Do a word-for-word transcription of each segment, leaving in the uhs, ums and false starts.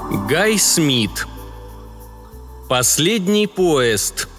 Гай Смит. Последний поезд.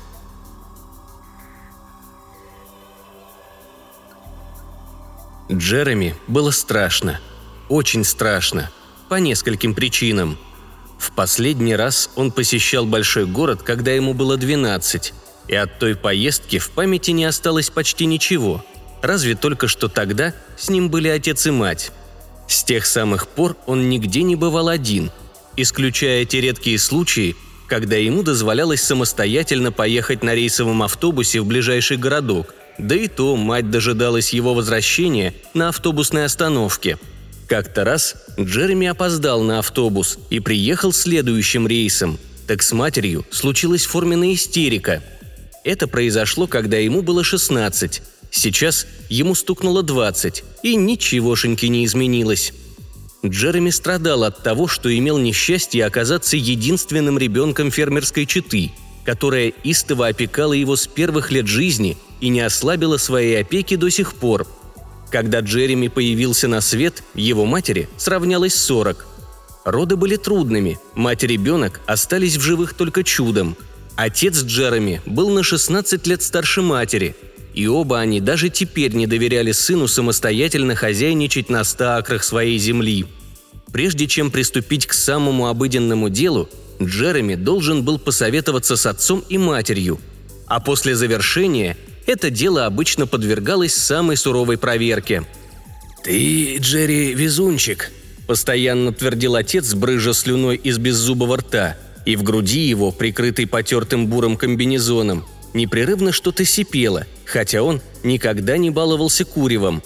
Джереми было страшно. Очень страшно. По нескольким причинам. В последний раз он посещал большой город, когда ему было двенадцать, и от той поездки в памяти не осталось почти ничего, разве только что тогда с ним были отец и мать. С тех самых пор он нигде не бывал один, исключая те редкие случаи, когда ему дозволялось самостоятельно поехать на рейсовом автобусе в ближайший городок, да и то мать дожидалась его возвращения на автобусной остановке. Как-то раз Джереми опоздал на автобус и приехал следующим рейсом, так с матерью случилась форменная истерика. Это произошло, когда ему было шестнадцать, сейчас ему стукнуло двадцать, и ничегошеньки не изменилось. Джереми страдал от того, что имел несчастье оказаться единственным ребенком фермерской четы, которая истово опекала его с первых лет жизни и не ослабила своей опеки до сих пор. Когда Джереми появился на свет, его матери сравнялось сорок. Роды были трудными, мать и ребенок остались в живых только чудом. Отец Джереми был на шестнадцать лет старше матери, и оба они даже теперь не доверяли сыну самостоятельно хозяйничать на ста акрах своей земли. Прежде чем приступить к самому обыденному делу, Джереми должен был посоветоваться с отцом и матерью, а после завершения это дело обычно подвергалось самой суровой проверке. «Ты, Джерри, везунчик», – постоянно твердил отец, брызжа слюной из беззубого рта, и в груди его, прикрытой потертым бурым комбинезоном, непрерывно что-то сипело, хотя он никогда не баловался куревом.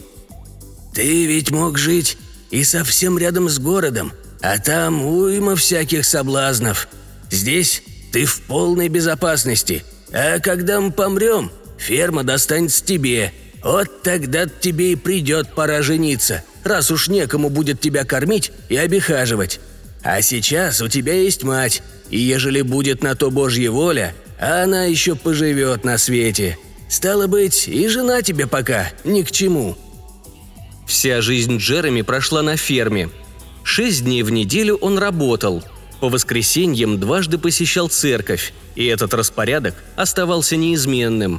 «Ты ведь мог жить и совсем рядом с городом, а там уйма всяких соблазнов. Здесь ты в полной безопасности, а когда мы помрем, ферма достанется тебе. Вот тогда тебе и придет пора жениться, раз уж некому будет тебя кормить и обихаживать. А сейчас у тебя есть мать, и ежели будет на то Божья воля, она еще поживет на свете. Стало быть, и жена тебе пока ни к чему». Вся жизнь Джереми прошла на ферме. Шесть дней в неделю он работал. По воскресеньям дважды посещал церковь, и этот распорядок оставался неизменным.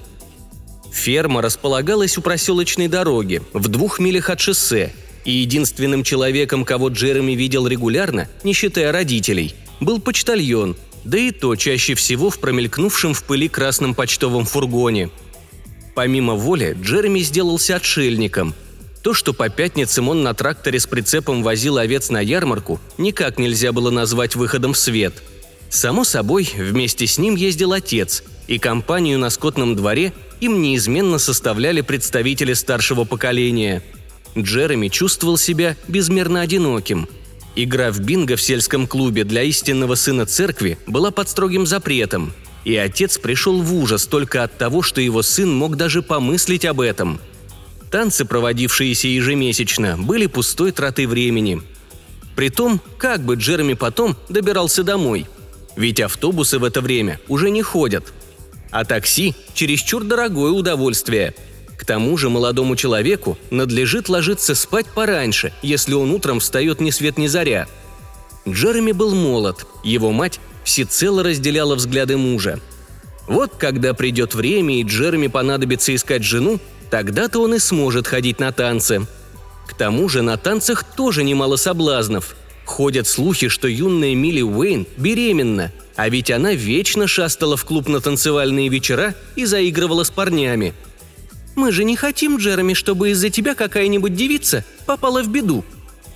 Ферма располагалась у проселочной дороги, в двух милях от шоссе, и единственным человеком, кого Джереми видел регулярно, не считая родителей, был почтальон, да и то чаще всего в промелькнувшем в пыли красном почтовом фургоне. Помимо воли, Джереми сделался отшельником. То, что по пятницам он на тракторе с прицепом возил овец на ярмарку, никак нельзя было назвать выходом в свет. Само собой, вместе с ним ездил отец, и компанию на скотном дворе им неизменно составляли представители старшего поколения. Джереми чувствовал себя безмерно одиноким. Игра в бинго в сельском клубе для истинного сына церкви была под строгим запретом, и отец пришел в ужас только от того, что его сын мог даже помыслить об этом. Танцы, проводившиеся ежемесячно, были пустой тратой времени. Притом, как бы Джереми потом добирался домой? Ведь автобусы в это время уже не ходят. А такси – чересчур дорогое удовольствие. К тому же молодому человеку надлежит ложиться спать пораньше, если он утром встает ни свет ни заря. Джереми был молод, его мать всецело разделяла взгляды мужа. Вот когда придет время и Джереми понадобится искать жену, тогда-то он и сможет ходить на танцы. К тому же на танцах тоже немало соблазнов. Ходят слухи, что юная Милли Уэйн беременна, а ведь она вечно шастала в клуб на танцевальные вечера и заигрывала с парнями. «Мы же не хотим, Джереми, чтобы из-за тебя какая-нибудь девица попала в беду».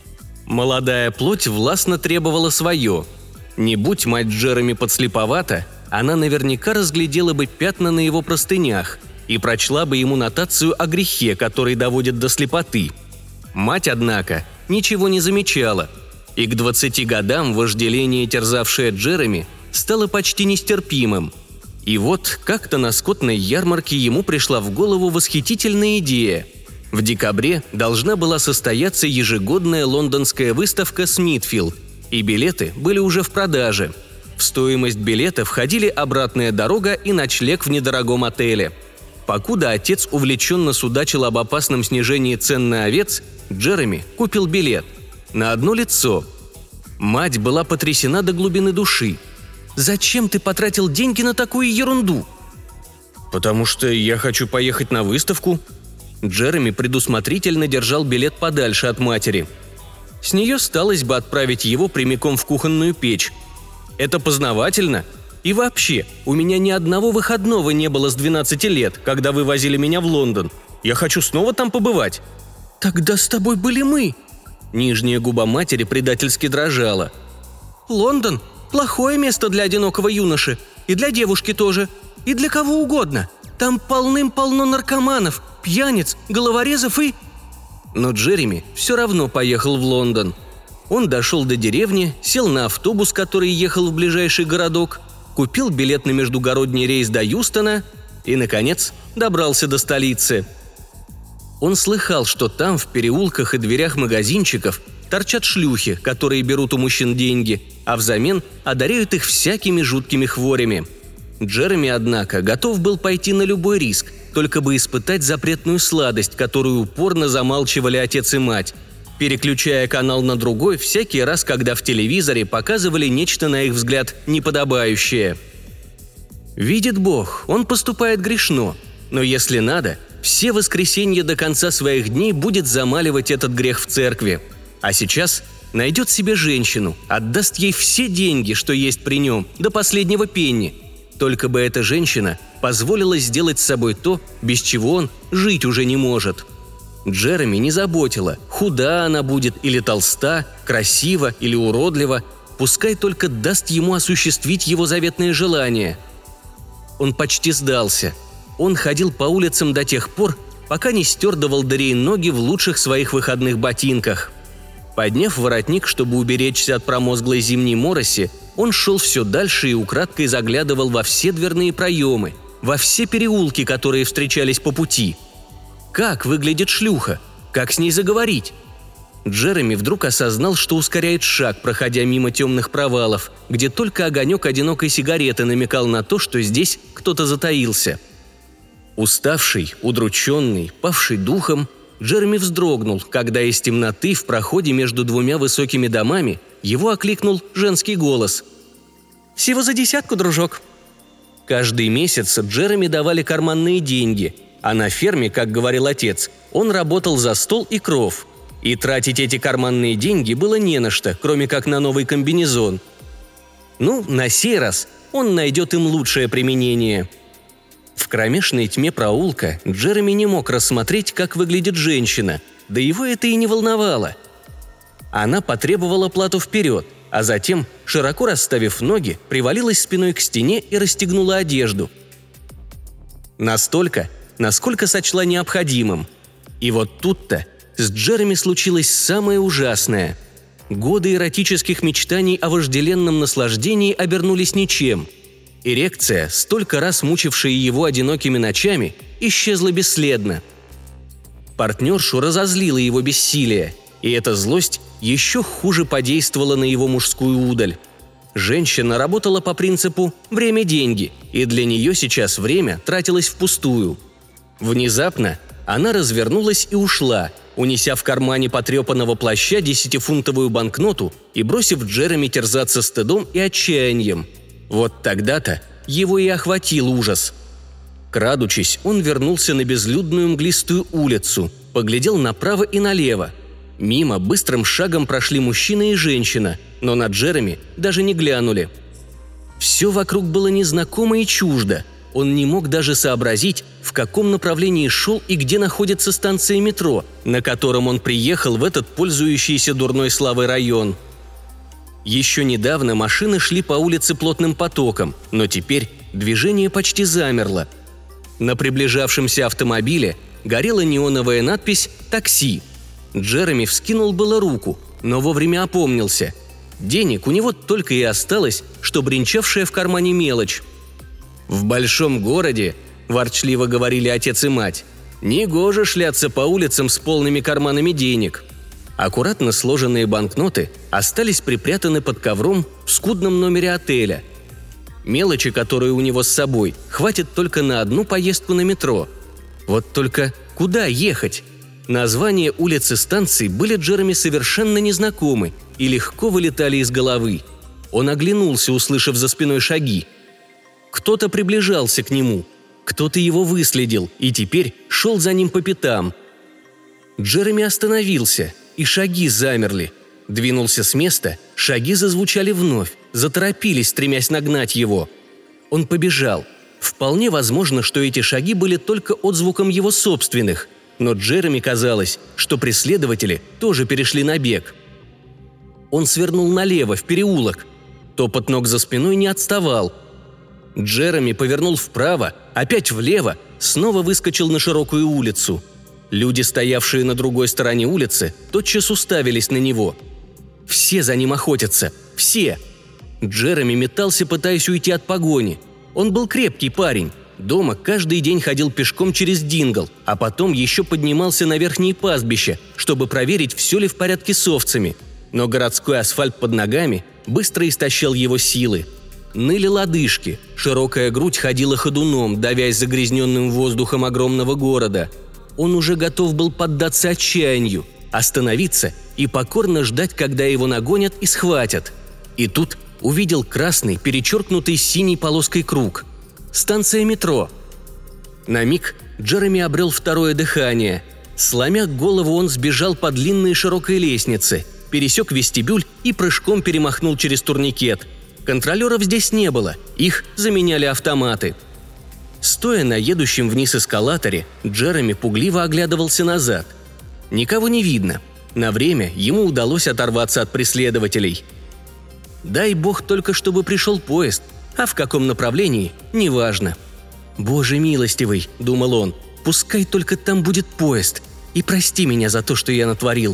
Молодая плоть властно требовала свое. Не будь мать Джереми подслеповата, она наверняка разглядела бы пятна на его простынях и прочла бы ему нотацию о грехе, который доводит до слепоты. Мать, однако, ничего не замечала, и к двадцати годам вожделение, терзавшее Джереми, стало почти нестерпимым. И вот как-то на скотной ярмарке ему пришла в голову восхитительная идея. В декабре должна была состояться ежегодная лондонская выставка «Смитфилд», и билеты были уже в продаже. В стоимость билета входили обратная дорога и ночлег в недорогом отеле. Покуда отец увлеченно судачил об опасном снижении цен на овец, Джереми купил билет. На одно лицо. Мать была потрясена до глубины души. «Зачем ты потратил деньги на такую ерунду?» «Потому что я хочу поехать на выставку». Джереми предусмотрительно держал билет подальше от матери. С нее сталось бы отправить его прямиком в кухонную печь. Это познавательно. И вообще, у меня ни одного выходного не было с двенадцати лет, когда вы возили меня в Лондон. Я хочу снова там побывать». «Тогда с тобой были мы». Нижняя губа матери предательски дрожала. «Лондон – плохое место для одинокого юноши. И для девушки тоже. И для кого угодно. Там полным-полно наркоманов, пьяниц, головорезов и…» Но Джереми все равно поехал в Лондон. Он дошел до деревни, сел на автобус, который ехал в ближайший городок, купил билет на междугородний рейс до Юстона и, наконец, добрался до столицы. Он слыхал, что там, в переулках и дверях магазинчиков, торчат шлюхи, которые берут у мужчин деньги, а взамен одаряют их всякими жуткими хворями. Джереми, однако, готов был пойти на любой риск, только бы испытать запретную сладость, которую упорно замалчивали отец и мать, переключая канал на другой всякий раз, когда в телевизоре показывали нечто, на их взгляд, неподобающее. Видит Бог, он поступает грешно, но если надо, все воскресенья до конца своих дней будет замаливать этот грех в церкви. А сейчас найдет себе женщину, отдаст ей все деньги, что есть при нем, до последнего пенни. Только бы эта женщина позволила сделать с собой то, без чего он жить уже не может. Джереми не заботила, худа она будет или толста, красива или уродлива, пускай только даст ему осуществить его заветное желание. Он почти сдался. Он ходил по улицам до тех пор, пока не стер до волдырей ноги в лучших своих выходных ботинках. Подняв воротник, чтобы уберечься от промозглой зимней мороси, он шел все дальше и украдкой заглядывал во все дверные проемы, во все переулки, которые встречались по пути. Как выглядит шлюха? Как с ней заговорить? Джереми вдруг осознал, что ускоряет шаг, проходя мимо темных провалов, где только огонек одинокой сигареты намекал на то, что здесь кто-то затаился. Уставший, удрученный, павший духом, Джереми вздрогнул, когда из темноты в проходе между двумя высокими домами его окликнул женский голос. «Всего за десятку, дружок». Каждый месяц Джереми давали карманные деньги, а на ферме, как говорил отец, он работал за стол и кров. И тратить эти карманные деньги было не на что, кроме как на новый комбинезон. Ну, на сей раз он найдет им лучшее применение. В кромешной тьме проулка Джереми не мог рассмотреть, как выглядит женщина, да его это и не волновало. Она потребовала плату вперед, а затем, широко расставив ноги, привалилась спиной к стене и расстегнула одежду. Настолько, насколько сочла необходимым. И вот тут-то с Джереми случилось самое ужасное. Годы эротических мечтаний о вожделенном наслаждении обернулись ничем. Эрекция, столько раз мучившая его одинокими ночами, исчезла бесследно. Партнершу разозлило его бессилие, и эта злость еще хуже подействовала на его мужскую удаль. Женщина работала по принципу «время – деньги», и для нее сейчас время тратилось впустую. Внезапно она развернулась и ушла, унеся в кармане потрепанного плаща десятифунтовую банкноту и бросив Джереми терзаться стыдом и отчаянием. Вот тогда-то его и охватил ужас. Крадучись, он вернулся на безлюдную мглистую улицу, поглядел направо и налево. Мимо быстрым шагом прошли мужчина и женщина, но на Джереми даже не глянули. Все вокруг было незнакомо и чуждо. Он не мог даже сообразить, в каком направлении шел и где находится станция метро, на котором он приехал в этот пользующийся дурной славой район. Еще недавно машины шли по улице плотным потоком, но теперь движение почти замерло. На приближавшемся автомобиле горела неоновая надпись «Такси». Джереми вскинул было руку, но вовремя опомнился. Денег у него только и осталось, что бренчавшая в кармане мелочь. «В большом городе», – ворчливо говорили отец и мать, – «негоже шляться по улицам с полными карманами денег». Аккуратно сложенные банкноты остались припрятаны под ковром в скудном номере отеля. Мелочи, которые у него с собой, хватит только на одну поездку на метро. Вот только куда ехать? Названия улиц и станций были Джереми совершенно незнакомы и легко вылетали из головы. Он оглянулся, услышав за спиной шаги. Кто-то приближался к нему, кто-то его выследил и теперь шел за ним по пятам. Джереми остановился, и шаги замерли. Двинулся с места, шаги зазвучали вновь, заторопились, стремясь нагнать его. Он побежал. Вполне возможно, что эти шаги были только отзвуком его собственных, но Джереми казалось, что преследователи тоже перешли на бег. Он свернул налево, в переулок. Топот ног за спиной не отставал. Джереми повернул вправо, опять влево, снова выскочил на широкую улицу. Люди, стоявшие на другой стороне улицы, тотчас уставились на него. Все за ним охотятся, все. Джереми метался, пытаясь уйти от погони. Он был крепкий парень. Дома каждый день ходил пешком через Дингл, а потом еще поднимался на верхние пастбища, чтобы проверить, все ли в порядке с овцами. Но городской асфальт под ногами быстро истощал его силы. Ныли лодыжки, широкая грудь ходила ходуном, давясь загрязненным воздухом огромного города. Он уже готов был поддаться отчаянию, остановиться и покорно ждать, когда его нагонят и схватят. И тут увидел красный, перечеркнутый синей полоской круг. Станция метро. На миг Джереми обрел второе дыхание. Сломя голову, он сбежал по длинной широкой лестнице, пересек вестибюль и прыжком перемахнул через турникет. Контролеров здесь не было, их заменяли автоматы. Стоя на едущем вниз эскалаторе, Джереми пугливо оглядывался назад. Никого не видно. На время ему удалось оторваться от преследователей. Дай бог только, чтобы пришел поезд, а в каком направлении – неважно. «Боже милостивый», – думал он, – «пускай только там будет поезд, и прости меня за то, что я натворил».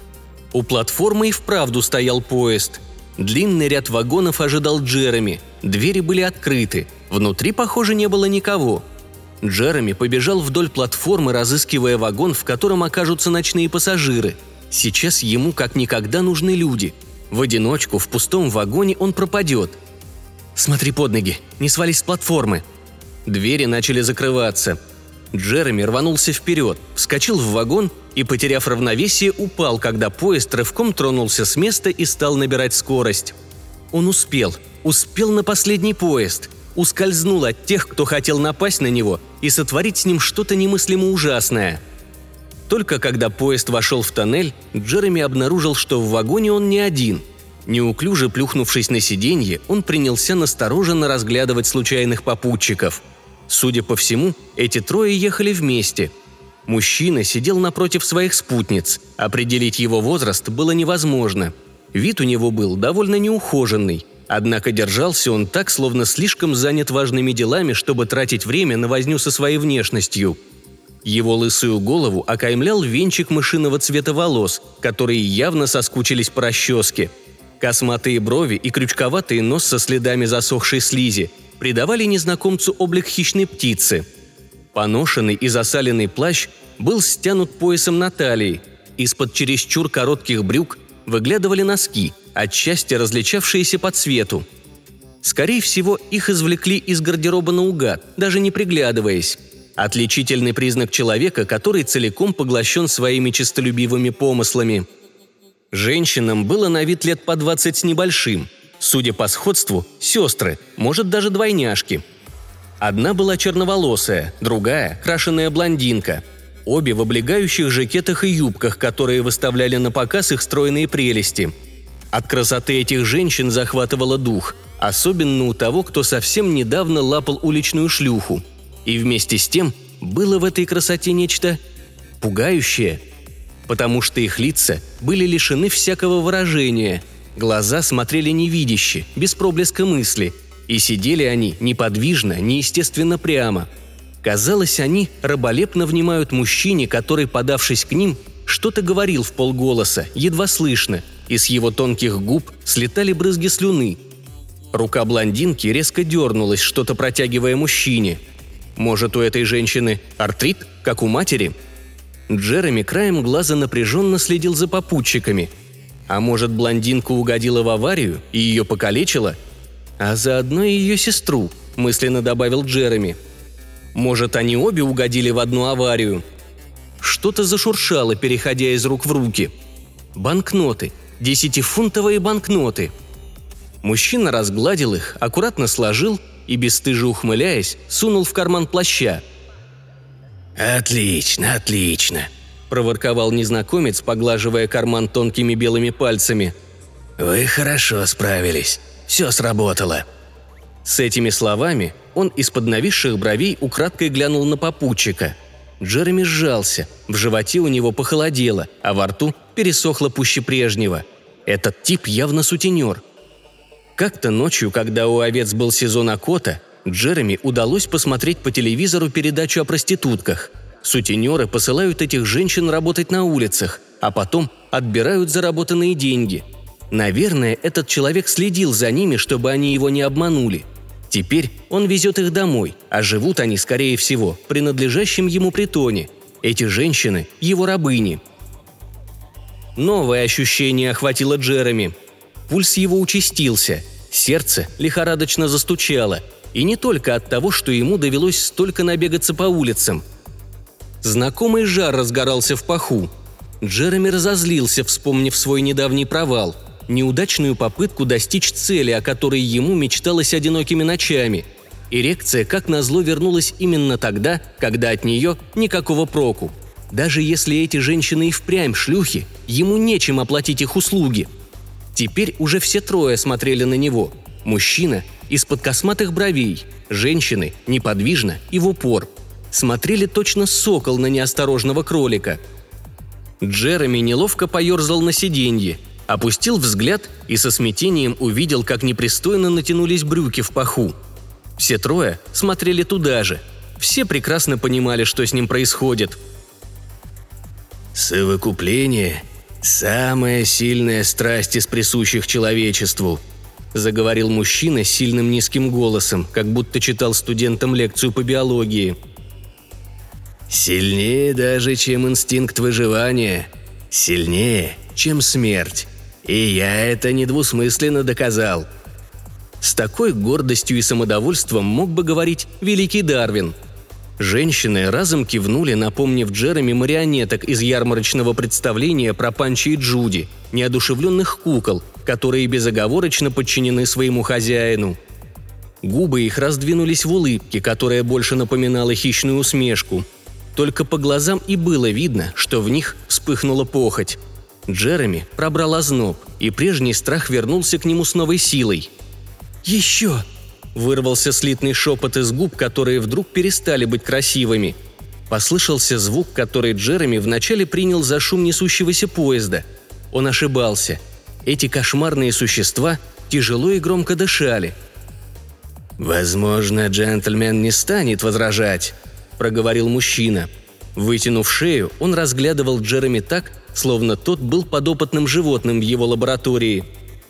У платформы и вправду стоял поезд. Длинный ряд вагонов ожидал Джереми, двери были открыты, внутри, похоже, не было никого. Джереми побежал вдоль платформы, разыскивая вагон, в котором окажутся ночные пассажиры. Сейчас ему как никогда нужны люди. В одиночку, в пустом вагоне он пропадет. «Смотри под ноги, не свались с платформы». Двери начали закрываться. Джереми рванулся вперед, вскочил в вагон и, потеряв равновесие, упал, когда поезд рывком тронулся с места и стал набирать скорость. Он успел, успел на последний поезд, ускользнул от тех, кто хотел напасть на него и сотворить с ним что-то немыслимо ужасное. Только когда поезд вошел в тоннель, Джереми обнаружил, что в вагоне он не один. Неуклюже плюхнувшись на сиденье, он принялся настороженно разглядывать случайных попутчиков. Судя по всему, эти трое ехали вместе. Мужчина сидел напротив своих спутниц. Определить его возраст было невозможно. Вид у него был довольно неухоженный. Однако держался он так, словно слишком занят важными делами, чтобы тратить время на возню со своей внешностью. Его лысую голову окаймлял венчик мышиного цвета волос, которые явно соскучились по расческе. Косматые брови и крючковатый нос со следами засохшей слизи придавали незнакомцу облик хищной птицы. Поношенный и засаленный плащ был стянут поясом на талии. Из-под чересчур коротких брюк выглядывали носки, отчасти различавшиеся по цвету. Скорее всего, их извлекли из гардероба наугад, даже не приглядываясь. Отличительный признак человека, который целиком поглощен своими честолюбивыми помыслами. Женщинам было на вид лет по двадцать с небольшим. Судя по сходству, сестры, может, даже двойняшки. Одна была черноволосая, другая – крашеная блондинка. Обе в облегающих жакетах и юбках, которые выставляли на показ их стройные прелести. От красоты этих женщин захватывало дух, особенно у того, кто совсем недавно лапал уличную шлюху. И вместе с тем было в этой красоте нечто пугающее, потому что их лица были лишены всякого выражения. Глаза смотрели невидяще, без проблеска мысли, и сидели они неподвижно, неестественно прямо. Казалось, они раболепно внимают мужчине, который, подавшись к ним, что-то говорил вполголоса, едва слышно, и с его тонких губ слетали брызги слюны. Рука блондинки резко дернулась, что-то протягивая мужчине. Может, у этой женщины артрит, как у матери? Джереми краем глаза напряженно следил за попутчиками. А может, блондинка угодила в аварию и ее покалечила? А заодно и ее сестру, мысленно добавил Джереми. Может, они обе угодили в одну аварию? что-то зашуршало, переходя из рук в руки. Банкноты. Десятифунтовые банкноты. Мужчина разгладил их, аккуратно сложил и, бесстыже ухмыляясь, сунул в карман плаща. «Отлично, отлично», – проворковал незнакомец, поглаживая карман тонкими белыми пальцами. «Вы хорошо справились. Все сработало». С этими словами он из-под нависших бровей украдкой глянул на попутчика. Джереми сжался, в животе у него похолодело, а во рту пересохло пуще прежнего. Этот тип явно сутенер. Как-то ночью, когда у овец был сезон окота, Джереми удалось посмотреть по телевизору передачу о проститутках. Сутенеры посылают этих женщин работать на улицах, а потом отбирают заработанные деньги. Наверное, этот человек следил за ними, чтобы они его не обманули. Теперь он везет их домой, а живут они, скорее всего, в принадлежащем ему притоне. Эти женщины – его рабыни. Новое ощущение охватило Джереми. Пульс его участился, сердце лихорадочно застучало. И не только от того, что ему довелось столько набегаться по улицам. Знакомый жар разгорался в паху. Джереми разозлился, вспомнив свой недавний провал, неудачную попытку достичь цели, о которой ему мечталось одинокими ночами. Эрекция, как назло, вернулась именно тогда, когда от нее никакого проку. Даже если эти женщины и впрямь шлюхи, ему нечем оплатить их услуги. Теперь уже все трое смотрели на него. Мужчина из-под косматых бровей, женщины неподвижно и в упор. Смотрели точно сокол на неосторожного кролика. Джереми неловко поерзал на сиденье, опустил взгляд и со смятением увидел, как непристойно натянулись брюки в паху. Все трое смотрели туда же. Все прекрасно понимали, что с ним происходит. «Совокупление – самая сильная страсть из присущих человечеству», – заговорил мужчина сильным низким голосом, как будто читал студентам лекцию по биологии. «Сильнее даже, чем инстинкт выживания. Сильнее, чем смерть. И я это недвусмысленно доказал». С такой гордостью и самодовольством мог бы говорить великий Дарвин. Женщины разом кивнули, напомнив Джереми марионеток из ярмарочного представления про Панчи и Джуди, неодушевленных кукол, которые безоговорочно подчинены своему хозяину. Губы их раздвинулись в улыбке, которая больше напоминала хищную усмешку. Только по глазам и было видно, что в них вспыхнула похоть. Джереми пробрал озноб, и прежний страх вернулся к нему с новой силой. «Еще!» – вырвался слитный шепот из губ, которые вдруг перестали быть красивыми. Послышался звук, который Джереми вначале принял за шум несущегося поезда. Он ошибался. Эти кошмарные существа тяжело и громко дышали. «Возможно, джентльмен не станет возражать», – проговорил мужчина. Вытянув шею, он разглядывал Джереми так, словно тот был подопытным животным в его лаборатории.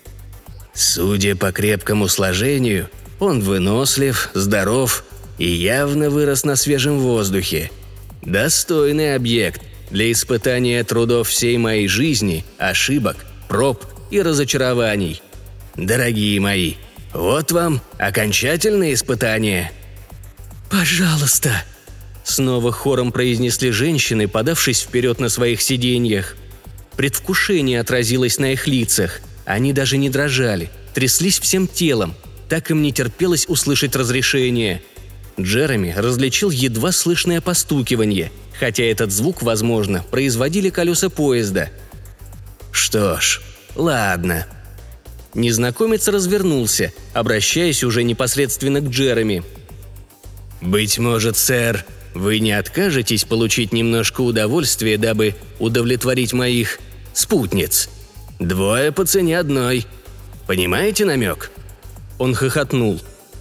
«Судя по крепкому сложению, он вынослив, здоров и явно вырос на свежем воздухе. Достойный объект для испытания трудов всей моей жизни, ошибок, проб и разочарований. Дорогие мои, вот вам окончательное испытание». «Пожалуйста», — снова хором произнесли женщины, подавшись вперед на своих сиденьях. Предвкушение отразилось на их лицах. Они даже не дрожали, тряслись всем телом. Так им не терпелось услышать разрешение. Джереми различил едва слышное постукивание, хотя этот звук, возможно, производили колеса поезда. «Что ж, ладно». Незнакомец развернулся, обращаясь уже непосредственно к Джереми. «Быть может, сэр, вы не откажетесь получить немножко удовольствия, дабы удовлетворить моих спутниц? Двое по цене одной. Понимаете намек?» Он хохотнул.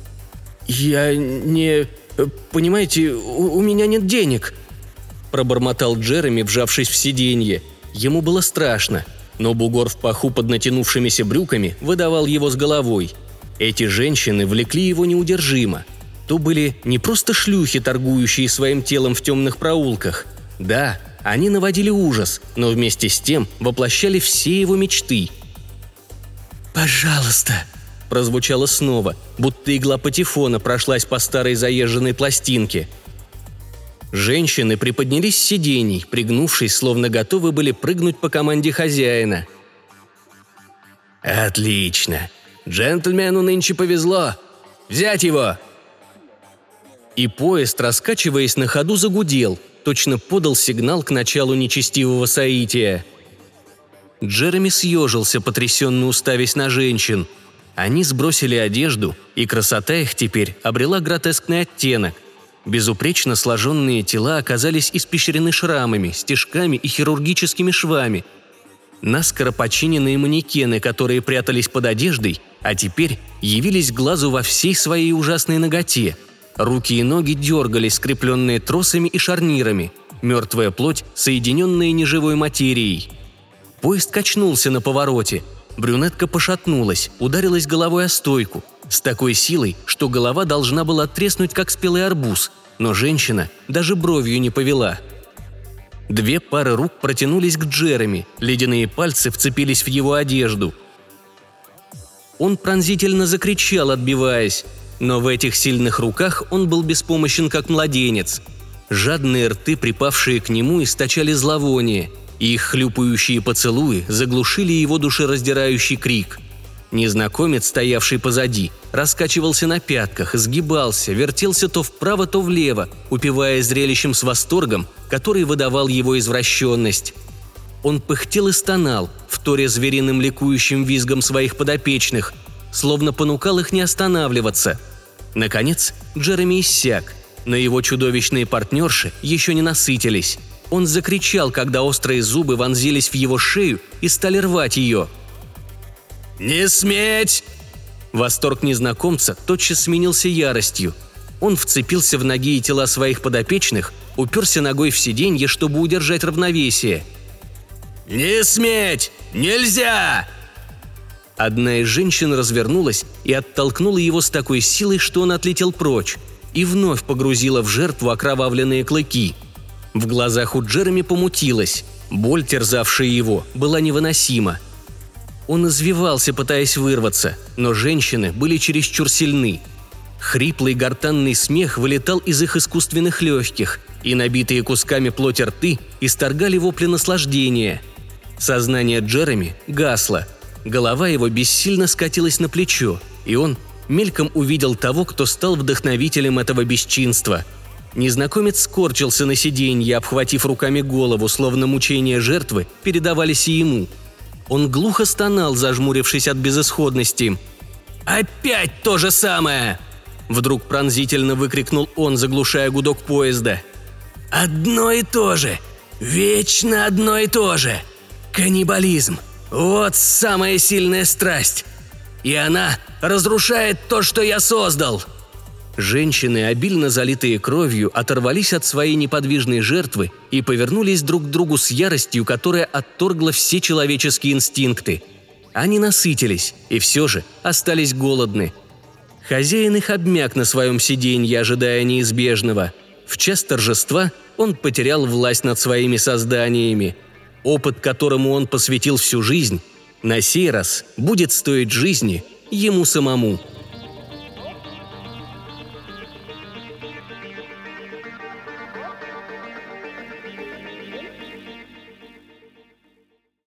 «Я не... Понимаете, у, у меня нет денег», – пробормотал Джереми, вжавшись в сиденье. Ему было страшно, но бугор в паху под натянувшимися брюками выдавал его с головой. Эти женщины влекли его неудержимо. То были не просто шлюхи, торгующие своим телом в темных проулках. Да, они наводили ужас, но вместе с тем воплощали все его мечты. «Пожалуйста», – прозвучало снова, будто игла патефона прошлась по старой заезженной пластинке. Женщины приподнялись с сидений, пригнувшись, словно готовы были прыгнуть по команде хозяина. «Отлично! Джентльмену нынче повезло! Взять его!» И поезд, раскачиваясь на ходу, загудел, точно подал сигнал к началу нечестивого соития. Джереми съежился, потрясенно уставясь на женщин. Они сбросили одежду, и красота их теперь обрела гротескный оттенок. Безупречно сложенные тела оказались испещрены шрамами, стежками и хирургическими швами. Наскоро починенные манекены, которые прятались под одеждой, а теперь явились глазу во всей своей ужасной наготе. Руки и ноги дергались, скрепленные тросами и шарнирами. Мертвая плоть, соединенная неживой материей. Поезд качнулся на повороте. Брюнетка пошатнулась, ударилась головой о стойку. С такой силой, что голова должна была треснуть, как спелый арбуз. Но женщина даже бровью не повела. Две пары рук протянулись к Джереми, ледяные пальцы вцепились в его одежду. Он пронзительно закричал, отбиваясь. Но в этих сильных руках он был беспомощен, как младенец. Жадные рты, припавшие к нему, источали зловоние, и их хлюпающие поцелуи заглушили его душераздирающий крик. Незнакомец, стоявший позади, раскачивался на пятках, сгибался, вертелся то вправо, то влево, упивая зрелищем с восторгом, который выдавал его извращенность. Он пыхтел и стонал, вторя звериным ликующим визгом своих подопечных, словно понукал их не останавливаться. Наконец, Джереми иссяк, но его чудовищные партнерши еще не насытились. Он закричал, когда острые зубы вонзились в его шею и стали рвать ее. «Не сметь!» Восторг незнакомца тотчас сменился яростью. Он вцепился в ноги и тела своих подопечных, уперся ногой в сиденье, чтобы удержать равновесие. «Не сметь! Нельзя!» Одна из женщин развернулась и оттолкнула его с такой силой, что он отлетел прочь, и вновь погрузила в жертву окровавленные клыки. В глазах у Джереми помутилось. Боль, терзавшая его, была невыносима. Он извивался, пытаясь вырваться, но женщины были чересчур сильны. Хриплый гортанный смех вылетал из их искусственных легких, и набитые кусками плоти рты исторгали вопли наслаждения. Сознание Джереми гасло. Голова его бессильно скатилась на плечо, и он мельком увидел того, кто стал вдохновителем этого бесчинства. Незнакомец скорчился на сиденье, обхватив руками голову, словно мучения жертвы передавались и ему. Он глухо стонал, зажмурившись от безысходности. «Опять то же самое!» Вдруг пронзительно выкрикнул он, заглушая гудок поезда. «Одно и то же! Вечно одно и то же! Каннибализм! Вот самая сильная страсть! И она разрушает то, что я создал!» Женщины, обильно залитые кровью, оторвались от своей неподвижной жертвы и повернулись друг к другу с яростью, которая отторгла все человеческие инстинкты. Они насытились и все же остались голодны. Хозяин их обмяк на своем сиденье, ожидая неизбежного. В час торжества он потерял власть над своими созданиями. Опыт, которому он посвятил всю жизнь, на сей раз будет стоить жизни ему самому.